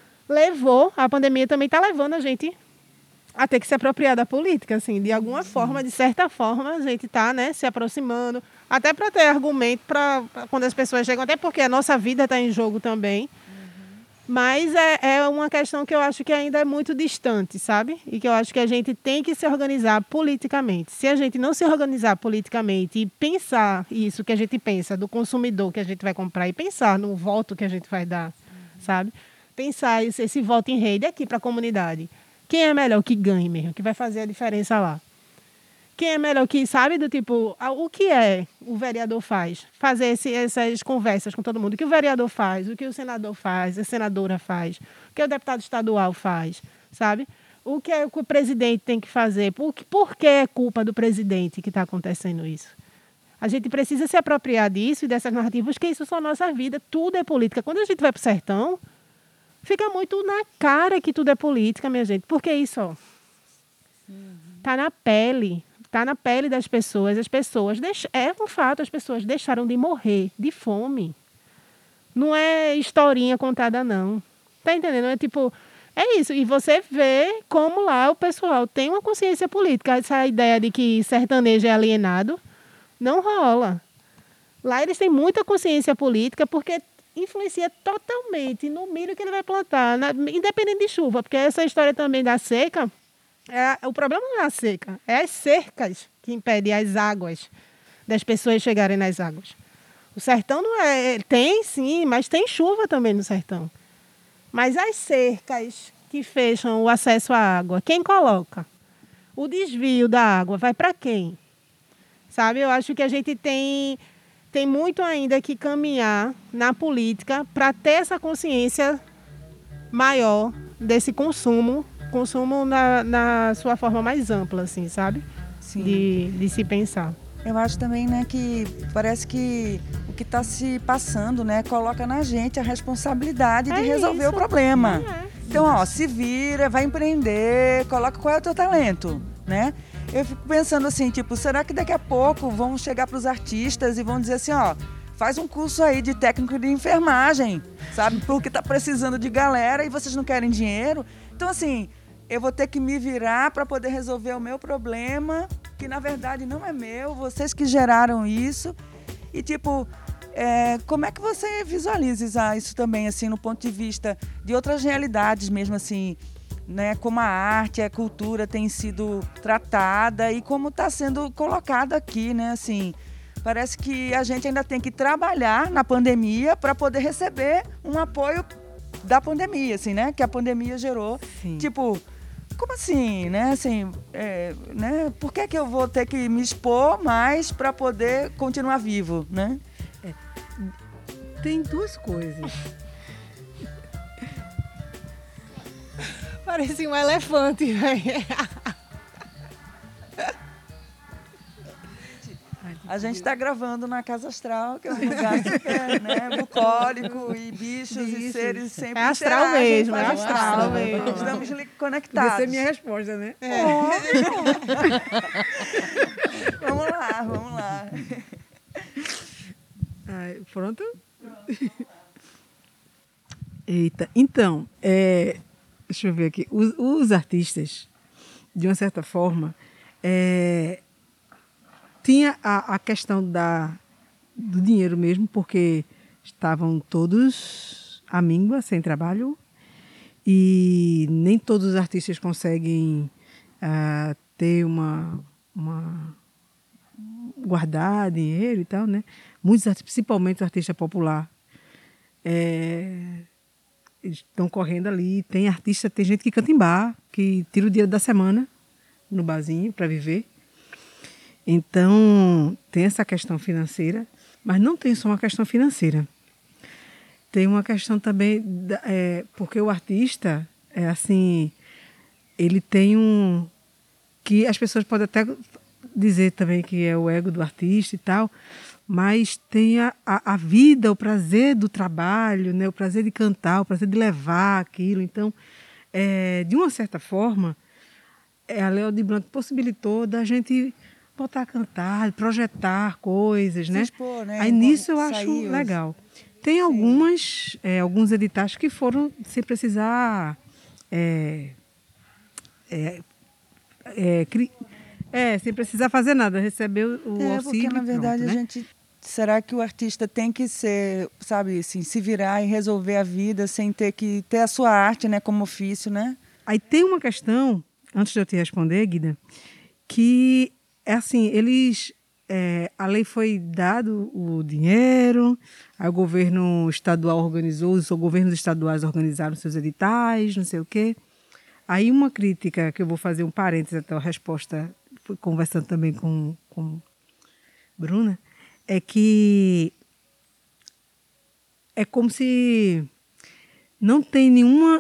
a pandemia também está levando a gente a ter que se apropriar da política, assim, de alguma forma, de certa forma, a gente está, né, se aproximando, até para ter argumento para quando as pessoas chegam, até porque a nossa vida está em jogo também. Mas é uma questão que eu acho que ainda é muito distante, sabe? E que eu acho que a gente tem que se organizar politicamente. Se a gente não se organizar politicamente e pensar isso que a gente pensa do consumidor que a gente vai comprar e pensar no voto que a gente vai dar, sabe? Pensar esse voto em rede aqui para a comunidade. Quem é melhor que ganhe mesmo, que vai fazer a diferença lá? Quem é melhor que, sabe, do tipo, o que o vereador faz? Fazer essas conversas com todo mundo. O que o vereador faz, o que o senador faz, a senadora faz, o que o deputado estadual faz, sabe? O que o presidente tem que fazer? Por que é culpa do presidente que está acontecendo isso? A gente precisa se apropriar disso e dessas narrativas, porque isso são a nossa vida, tudo é política. Quando a gente vai para o sertão, fica muito na cara que tudo é política, minha gente. Porque isso, ó, tá na pele. Está na pele das pessoas. As pessoas, é um fato, as pessoas deixaram de morrer de fome. Não é historinha contada, não. Tá entendendo? É tipo, é isso. E você vê como lá o pessoal tem uma consciência política. Essa ideia de que sertanejo é alienado não rola. Lá eles têm muita consciência política porque influencia totalmente no milho que ele vai plantar, independente de chuva. Porque essa história também da seca... o problema não é a seca, é as cercas que impedem as águas das pessoas chegarem nas águas. O sertão não é... Tem sim, mas tem chuva também no sertão. Mas as cercas que fecham o acesso à água, quem coloca? o desvio da água vai para quem? Sabe? Eu acho que a gente tem muito ainda que caminhar na política para ter essa consciência maior desse consumo na sua forma mais ampla, assim, sabe? Sim. De se pensar. Eu acho também, né, que parece que o que está se passando, né, coloca na gente a responsabilidade de resolver o problema. Então, ó, se vira, vai empreender, coloca qual é o teu talento, né? Eu fico pensando assim, tipo, será que daqui a pouco vão chegar para os artistas e vão dizer assim, ó, faz um curso aí de técnico de enfermagem, sabe? Porque tá precisando de galera e vocês não querem dinheiro. Então, assim, eu vou ter que me virar para poder resolver o meu problema, que na verdade não é meu, vocês que geraram isso. E, tipo, como é que você visualiza isso também, assim, no ponto de vista de outras realidades mesmo, assim, né? Como a arte, a cultura tem sido tratada e como está sendo colocado aqui, né? Assim, parece que a gente ainda tem que trabalhar na pandemia para poder receber um apoio da pandemia, assim, né? Que a pandemia gerou. Sim. Tipo, como assim, né? Assim, né? Por que eu vou ter que me expor mais para poder continuar vivo, né? Tem duas coisas. Parecia um elefante, velho. A gente está gravando na Casa Astral, que é um lugar super, né, bucólico e bichos e seres sempre astral mesmo, é astral mesmo. Estamos conectados. Essa é a minha resposta, né? Vamos lá. Ai, pronto? Eita, então, deixa eu ver aqui. Os artistas, de uma certa forma, tinha a questão do dinheiro mesmo, porque estavam todos à míngua, sem trabalho, e nem todos os artistas conseguem ter guardar dinheiro e tal, né? Muitos artistas, principalmente o artista popular, estão correndo ali. Tem gente que canta em bar, que tira o dinheiro da semana no barzinho para viver. Então, tem essa questão financeira, mas não tem só uma questão financeira. Tem uma questão também, porque o artista, assim, ele tem que as pessoas podem até dizer também que é o ego do artista e tal, mas tem a vida, o prazer do trabalho, né? O prazer de cantar, o prazer de levar aquilo. Então, de uma certa forma, a Léo de Blanc possibilitou da gente voltar a cantar, projetar coisas, né? Expor, né? Aí nisso eu acho legal. Tem alguns editais que foram sem precisar sem precisar fazer nada, receber o auxílio. Porque na verdade pronto, né? Será que o artista tem que ser, sabe, assim, se virar e resolver a vida sem ter que ter a sua arte, né, como ofício, né? Aí tem uma questão, antes de eu te responder, Guida, que assim, a lei foi dado o dinheiro, aí o governo estadual organizou, os governos estaduais organizaram seus editais, não sei o quê. Aí uma crítica, que eu vou fazer um parênteses até a resposta, fui conversando também com Bruna, é que é como se não tem nenhuma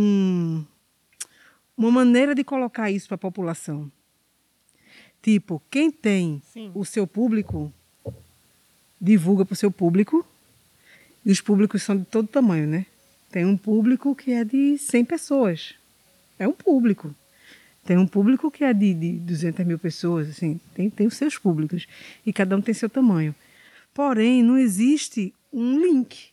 uma maneira de colocar isso para a população. Tipo, quem tem o seu público, divulga para o seu público, e os públicos são de todo tamanho, né? Tem um público que é de 100 pessoas. É um público. Tem um público que é de 200 mil pessoas, assim, tem os seus públicos. E cada um tem seu tamanho. Porém, não existe um link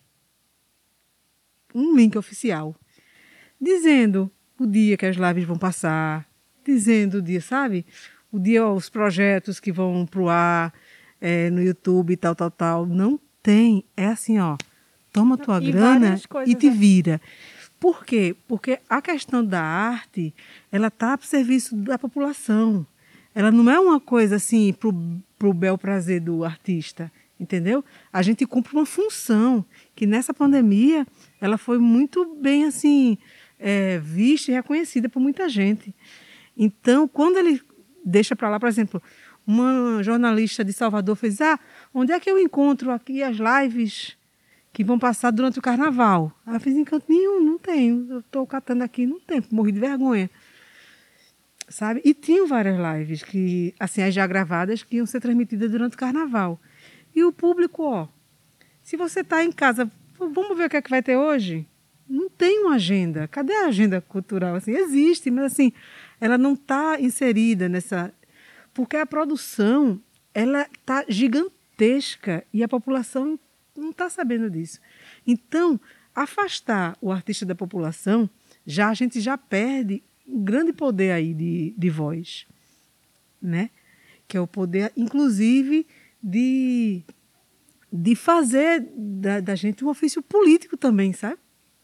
oficial, dizendo o dia que as lives vão passar, dizendo o dia, sabe? O dia, os projetos que vão pro ar no YouTube e tal. Não tem. É assim, ó, toma tua grana e te vira. Por quê? Porque a questão da arte, ela está a serviço da população. Ela não é uma coisa assim pro bel prazer do artista, entendeu? A gente cumpre uma função que nessa pandemia ela foi muito bem assim vista e reconhecida por muita gente. Então, quando ele deixa para lá, por exemplo, uma jornalista de Salvador fez, onde é que eu encontro aqui as lives que vão passar durante o carnaval? Ela fez, em canto nenhum, não tenho. Eu estou catando aqui, não tem, morri de vergonha. Sabe? E tinham várias lives, que, assim, as já gravadas, que iam ser transmitidas durante o carnaval. E o público, se você está em casa, vamos ver o que é que vai ter hoje? Não tem uma agenda. Cadê a agenda cultural? Assim, existe, mas assim, ela não está inserida nessa... Porque a produção, ela está gigantesca e a população não está sabendo disso. Então, afastar o artista da população, a gente já perde um grande poder aí de voz, né? Que é o poder, inclusive, de fazer da gente um ofício político também, sabe?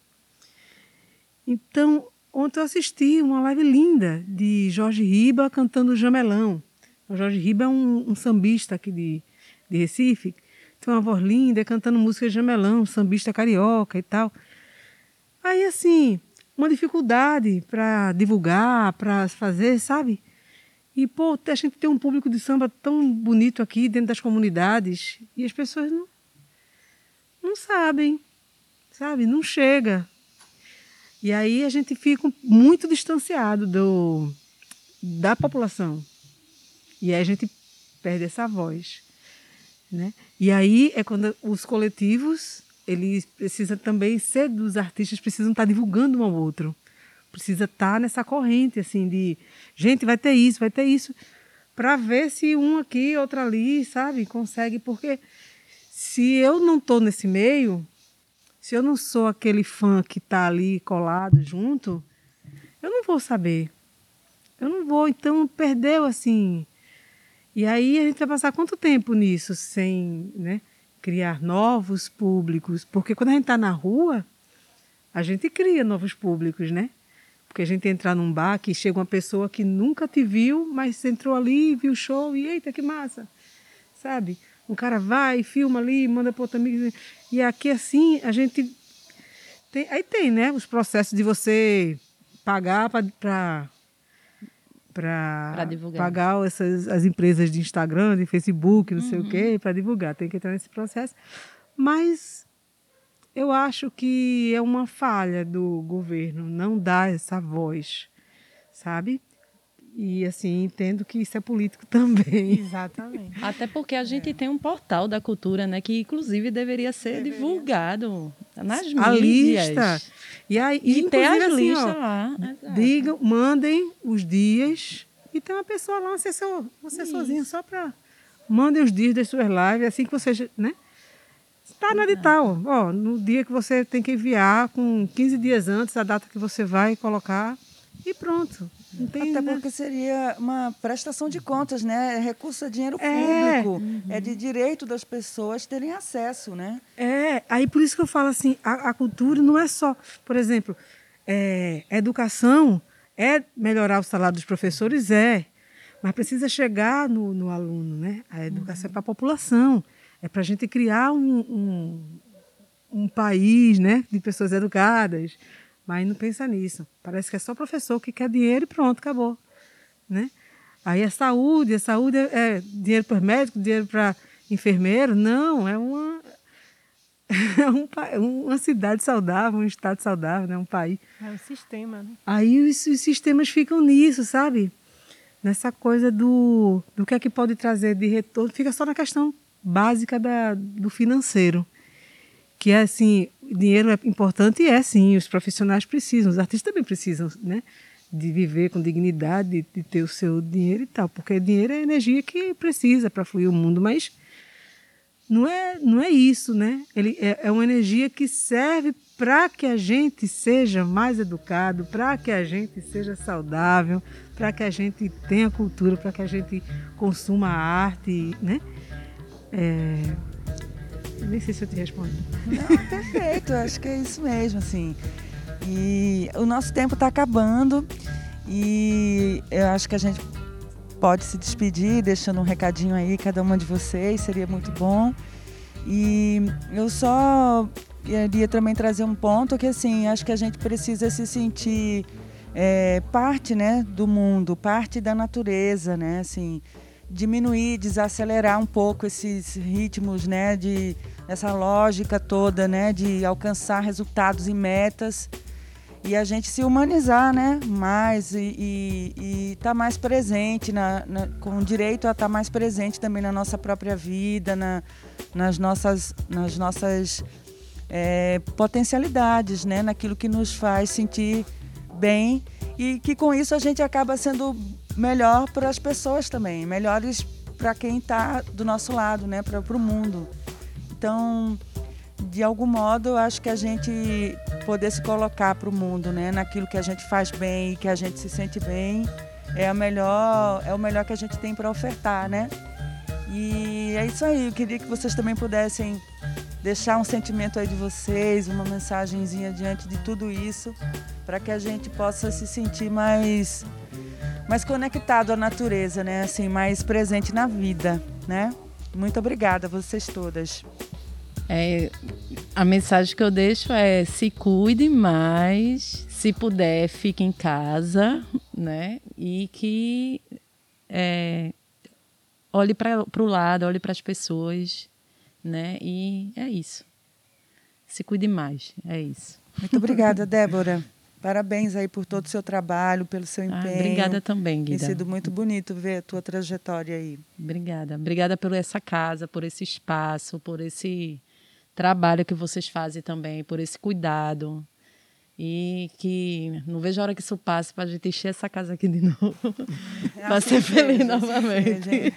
Então, ontem eu assisti uma live linda de Jorge Riba cantando Jamelão. O Jorge Riba é um sambista aqui de Recife, tem uma voz linda, cantando música de Jamelão, sambista carioca e tal. Aí, assim, uma dificuldade para divulgar, para fazer, sabe? E, a gente tem um público de samba tão bonito aqui dentro das comunidades e as pessoas não sabem, sabe? Não chega. E aí a gente fica muito distanciado da população. E aí a gente perde essa voz, né? E aí é quando os coletivos, eles precisam também ser dos artistas, precisam estar divulgando um ao outro. Precisa estar nessa corrente, assim, de gente, vai ter isso, para ver se um aqui, outro ali, sabe, consegue. Porque se eu não estou nesse meio, se eu não sou aquele fã que está ali colado junto, eu não vou saber. Eu não vou, então perdeu, assim. E aí a gente vai passar quanto tempo nisso sem, né, criar novos públicos? Porque quando a gente está na rua, a gente cria novos públicos, né? Porque a gente entrar num bar que chega uma pessoa que nunca te viu, mas entrou ali, viu o show e eita, que massa, sabe? Um cara vai, filma ali, manda para outro amigo. E aqui, assim, a gente... Aí tem, né, os processos de você pagar para divulgar. Pagar as empresas de Instagram, de Facebook, não sei o quê, para divulgar. Tem que entrar nesse processo. Mas eu acho que é uma falha do governo não dar essa voz, sabe? E, assim, entendo que isso é político também. Exatamente. Até porque a gente tem um portal da cultura, né, que inclusive deveria ser divulgado nas mídias. A lista. E ter as assim, listas lá. Digam, mandem os dias e tem uma pessoa lá, um assessorzinho, só para... Mandem os dias das suas lives, assim que você, né? Está no edital. No dia que você tem que enviar, com 15 dias antes, a data que você vai colocar e pronto. Não tem, até né? porque seria uma prestação de contas, né? Recurso é dinheiro público, é de direito das pessoas terem acesso, né? Aí por isso que eu falo assim, a cultura não é só, por exemplo, educação é melhorar o salário dos professores, mas precisa chegar no aluno, né? A educação é para a população, é para a gente criar um país, né, de pessoas educadas. Mas não pensa nisso. Parece que é só professor que quer dinheiro e pronto, acabou, né? Aí a saúde é dinheiro para médico, dinheiro para enfermeiro. Não, é uma cidade saudável, um estado saudável, né? Um país. É o sistema, né? Aí os sistemas ficam nisso, sabe? Nessa coisa do que é que pode trazer de retorno. Fica só na questão básica do financeiro. Que é assim, o dinheiro é importante e sim, os profissionais precisam, os artistas também precisam, né, de viver com dignidade, de ter o seu dinheiro e tal, porque dinheiro é a energia que precisa para fluir o mundo, mas não é isso, né? Ele é uma energia que serve para que a gente seja mais educado, para que a gente seja saudável, para que a gente tenha cultura, para que a gente consuma a arte, né? Nem sei se eu te respondo. Não, perfeito, acho que é isso mesmo, assim. E o nosso tempo está acabando e eu acho que a gente pode se despedir, deixando um recadinho aí, cada uma de vocês, seria muito bom. E eu só queria também trazer um ponto que, assim, acho que a gente precisa se sentir parte, né, do mundo, parte da natureza, né, assim, diminuir, desacelerar um pouco esses ritmos, né, essa lógica toda, né, de alcançar resultados e metas, e a gente se humanizar, né, mais e estar mais presente, com direito a estar mais presente também na nossa própria vida, nas nossas potencialidades, né, naquilo que nos faz sentir bem, e que com isso a gente acaba sendo melhor para as pessoas também, melhores para quem está do nosso lado, né, para o mundo. Então, de algum modo, eu acho que a gente poder se colocar para o mundo, né, naquilo que a gente faz bem e que a gente se sente bem, é o melhor que a gente tem para ofertar, né? E é isso aí, eu queria que vocês também pudessem deixar um sentimento aí de vocês, uma mensagenzinha diante de tudo isso, para que a gente possa se sentir mais conectado à natureza, né? Assim, mais presente na vida, né? Muito obrigada a vocês todas. A mensagem que eu deixo é: se cuide mais, se puder, fique em casa, né? E que olhe para o lado, olhe para as pessoas, né? E é isso. Se cuide mais, é isso. Muito obrigada, Débora. Parabéns aí por todo o seu trabalho, pelo seu empenho. Obrigada também, Guida. Tem sido muito bonito ver a tua trajetória aí. Obrigada. Obrigada por essa casa, por esse espaço, por esse trabalho que vocês fazem também, por esse cuidado. E que não vejo a hora que isso passe para a gente encher essa casa aqui de novo. Para ser feliz novamente.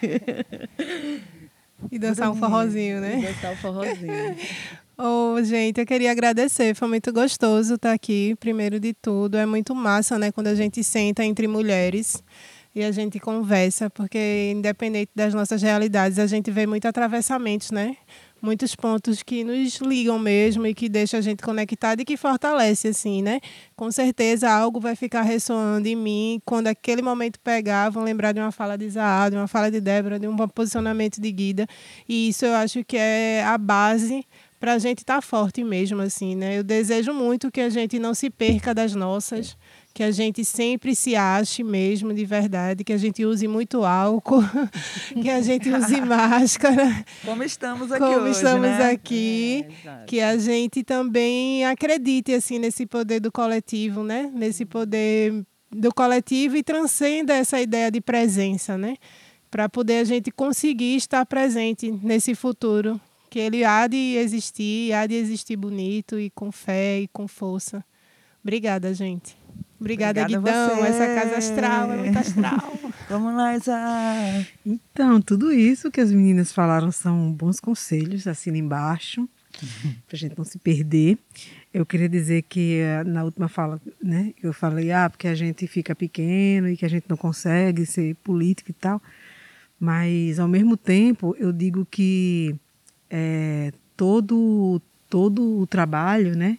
E dançar um forrozinho, né? E dançar um forrozinho. Gente, eu queria agradecer, foi muito gostoso estar aqui, primeiro de tudo. É muito massa, né, quando a gente senta entre mulheres e a gente conversa, porque independente das nossas realidades, a gente vê muito atravessamentos, né? Muitos pontos que nos ligam mesmo e que deixam a gente conectada e que fortalece, assim, né? Com certeza algo vai ficar ressoando em mim. Quando aquele momento pegar, vão lembrar de uma fala de Isaá, de uma fala de Débora, de um posicionamento de Guida. E isso eu acho que é a base para a gente estar forte mesmo, assim, né? Eu desejo muito que a gente não se perca das nossas, que a gente sempre se ache mesmo, de verdade, que a gente use muito álcool, que a gente use máscara. Como estamos aqui, que a gente também acredite, assim, nesse poder do coletivo, né? Nesse poder do coletivo e transcenda essa ideia de presença, né? Para poder a gente conseguir estar presente nesse futuro, que ele há de existir bonito e com fé e com força. Obrigada, gente. Obrigada, Guidão. Essa casa astral é muito astral. Vamos lá, Isa. Então, tudo isso que as meninas falaram são bons conselhos, assina embaixo, para a gente não se perder. Eu queria dizer que na última fala, né, eu falei, porque a gente fica pequeno e que a gente não consegue ser político e tal, mas ao mesmo tempo eu digo que todo o trabalho, né?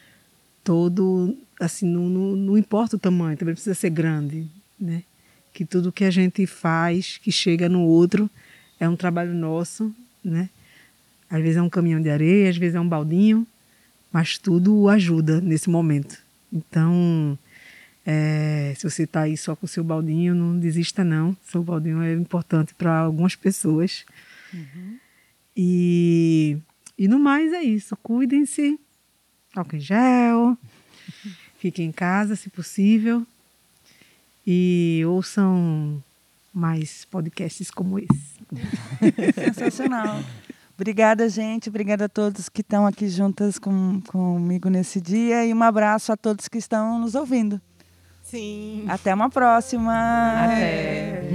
Assim, não importa o tamanho, também precisa ser grande, né? Que tudo que a gente faz, que chega no outro, é um trabalho nosso, né? Às vezes é um caminhão de areia, às vezes é um baldinho, mas tudo ajuda nesse momento. Então, se você está aí só com o seu baldinho, não desista não. Seu baldinho é importante para algumas pessoas. Uhum. E no mais é isso. Cuidem-se, álcool em gel, fiquem em casa se possível e ouçam mais podcasts como esse. Sensacional. Obrigada, gente. Obrigada a todos que estão aqui juntas comigo nesse dia e um abraço a todos que estão nos ouvindo. Sim. Até uma próxima. Até.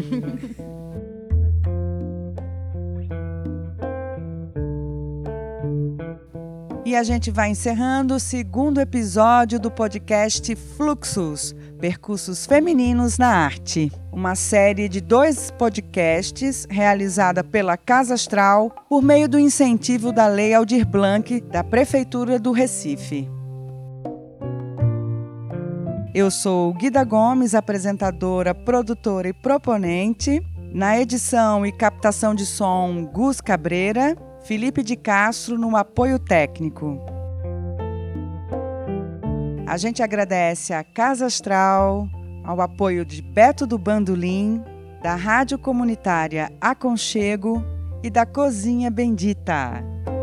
E a gente vai encerrando o segundo episódio do podcast Fluxos, Percursos Femininos na Arte. Uma série de 2 podcasts realizada pela Casa Astral por meio do incentivo da Lei Aldir Blanc da Prefeitura do Recife. Eu sou Guida Gomes, apresentadora, produtora e proponente. Na edição e captação de som, Gus Cabreira. Felipe de Castro no apoio técnico. A gente agradece a Casa Astral, ao apoio de Beto do Bandolim, da Rádio Comunitária Aconchego e da Cozinha Bendita.